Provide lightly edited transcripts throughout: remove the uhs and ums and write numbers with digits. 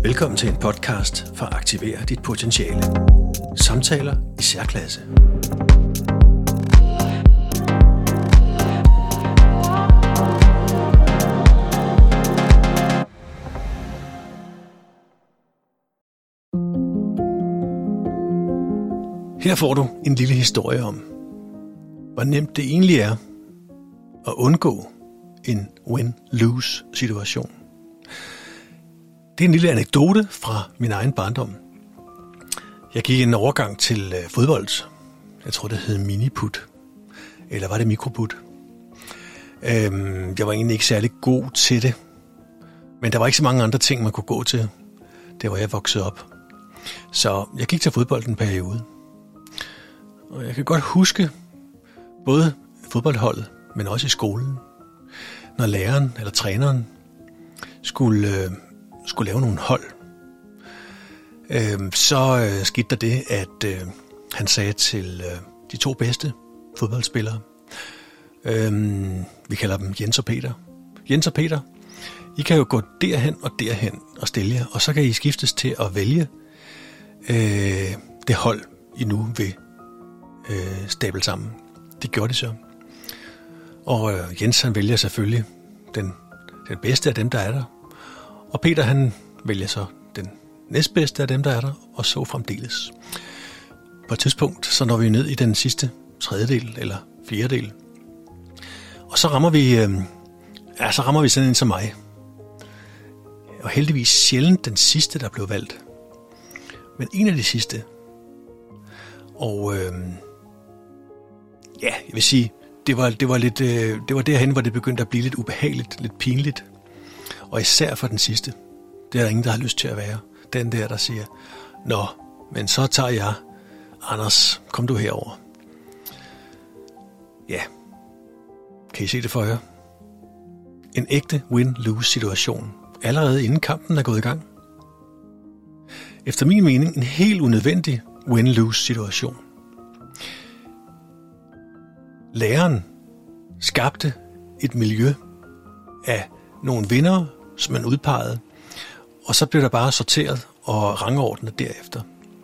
Velkommen til en podcast for at aktivere dit potentiale. Samtaler i særklasse. Her får du en lille historie om, hvor nemt det egentlig er at undgå en win-lose situation. Det er en lille anekdote fra min egen barndom. Jeg gik en overgang til fodbold. Jeg tror, det hed miniput. Eller var det mikroput? Jeg var egentlig ikke særlig god til det. Men der var ikke så mange andre ting, man kunne gå til. Det var jeg vokset op. Så jeg gik til fodbold en periode. Og jeg kan godt huske både fodboldholdet, men også i skolen. Når læreren eller træneren skulle lave nogle hold, så skete der det, at han sagde til de to bedste fodboldspillere, vi kalder dem Jens og Peter. Jens og Peter, I kan jo gå derhen og stille jer, og så kan I skiftes til at vælge det hold, I nu vil stable sammen. Det gjorde de så. Og Jens han vælger selvfølgelig den bedste af dem, der er der. Og Peter han vælger så den næstbedste af dem, der er der, og så fremdeles. På et tidspunkt, så når vi ned i den sidste tredjedel eller fjerdedel. Og så rammer vi sådan en som mig. Og heldigvis sjældent den sidste, der blev valgt. Men en af de sidste. Og jeg vil sige, det var derhen, hvor det begyndte at blive lidt ubehageligt, lidt pinligt. Og især for den sidste. Det er der ingen, der har lyst til at være. Den der siger, nå, men så tager jeg, Anders, kom du herover. Ja, kan I se det for jer? En ægte win-lose situation, allerede inden kampen er gået i gang. Efter min mening en helt unødvendig win-lose situation. Læreren skabte et miljø af nogle vindere, som man udpegede, og så blev der bare sorteret og rangordnet derefter.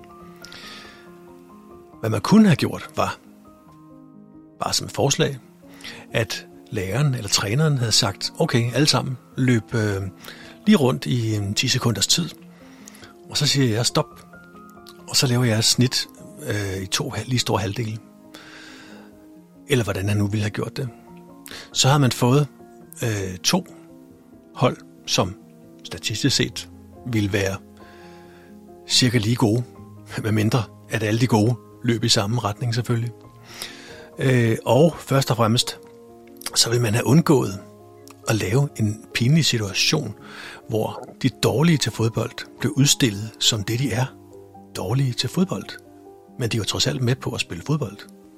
Hvad man kunne have gjort var, bare som et forslag, at læreren eller træneren havde sagt, okay, alle sammen løb lige rundt i 10 sekunders tid, og så siger jeg stop, og så laver jeg et snit i 2 lige store halvdele. Eller hvordan han nu ville have gjort det. Så har man fået 2 hold, som statistisk set ville være cirka lige gode, med mindre at alle de gode løb i samme retning selvfølgelig. Og først og fremmest, så vil man have undgået at lave en pinlig situation, hvor de dårlige til fodbold blev udstillet som det, de er, dårlige til fodbold. Men de var trods alt med på at spille fodbold.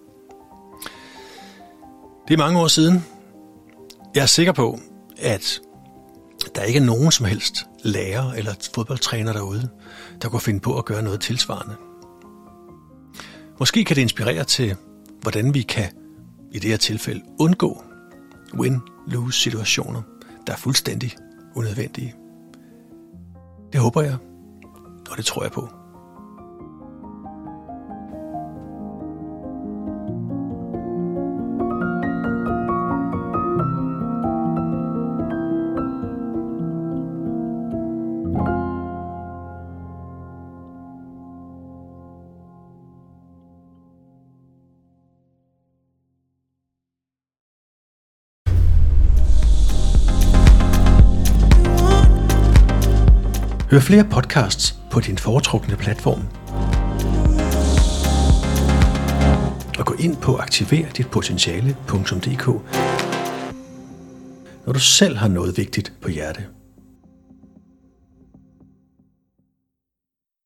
Det er mange år siden. Jeg er sikker på, at der ikke er nogen som helst lærer eller fodboldtræner derude, der kunne finde på at gøre noget tilsvarende. Måske kan det inspirere til, hvordan vi kan, i det her tilfælde, undgå win-lose situationer, der er fuldstændig unødvendige. Det håber jeg, og det tror jeg på. Hør flere podcasts på din foretrukne platform. Og gå ind på aktiverditpotentiale.dk, når du selv har noget vigtigt på hjerte.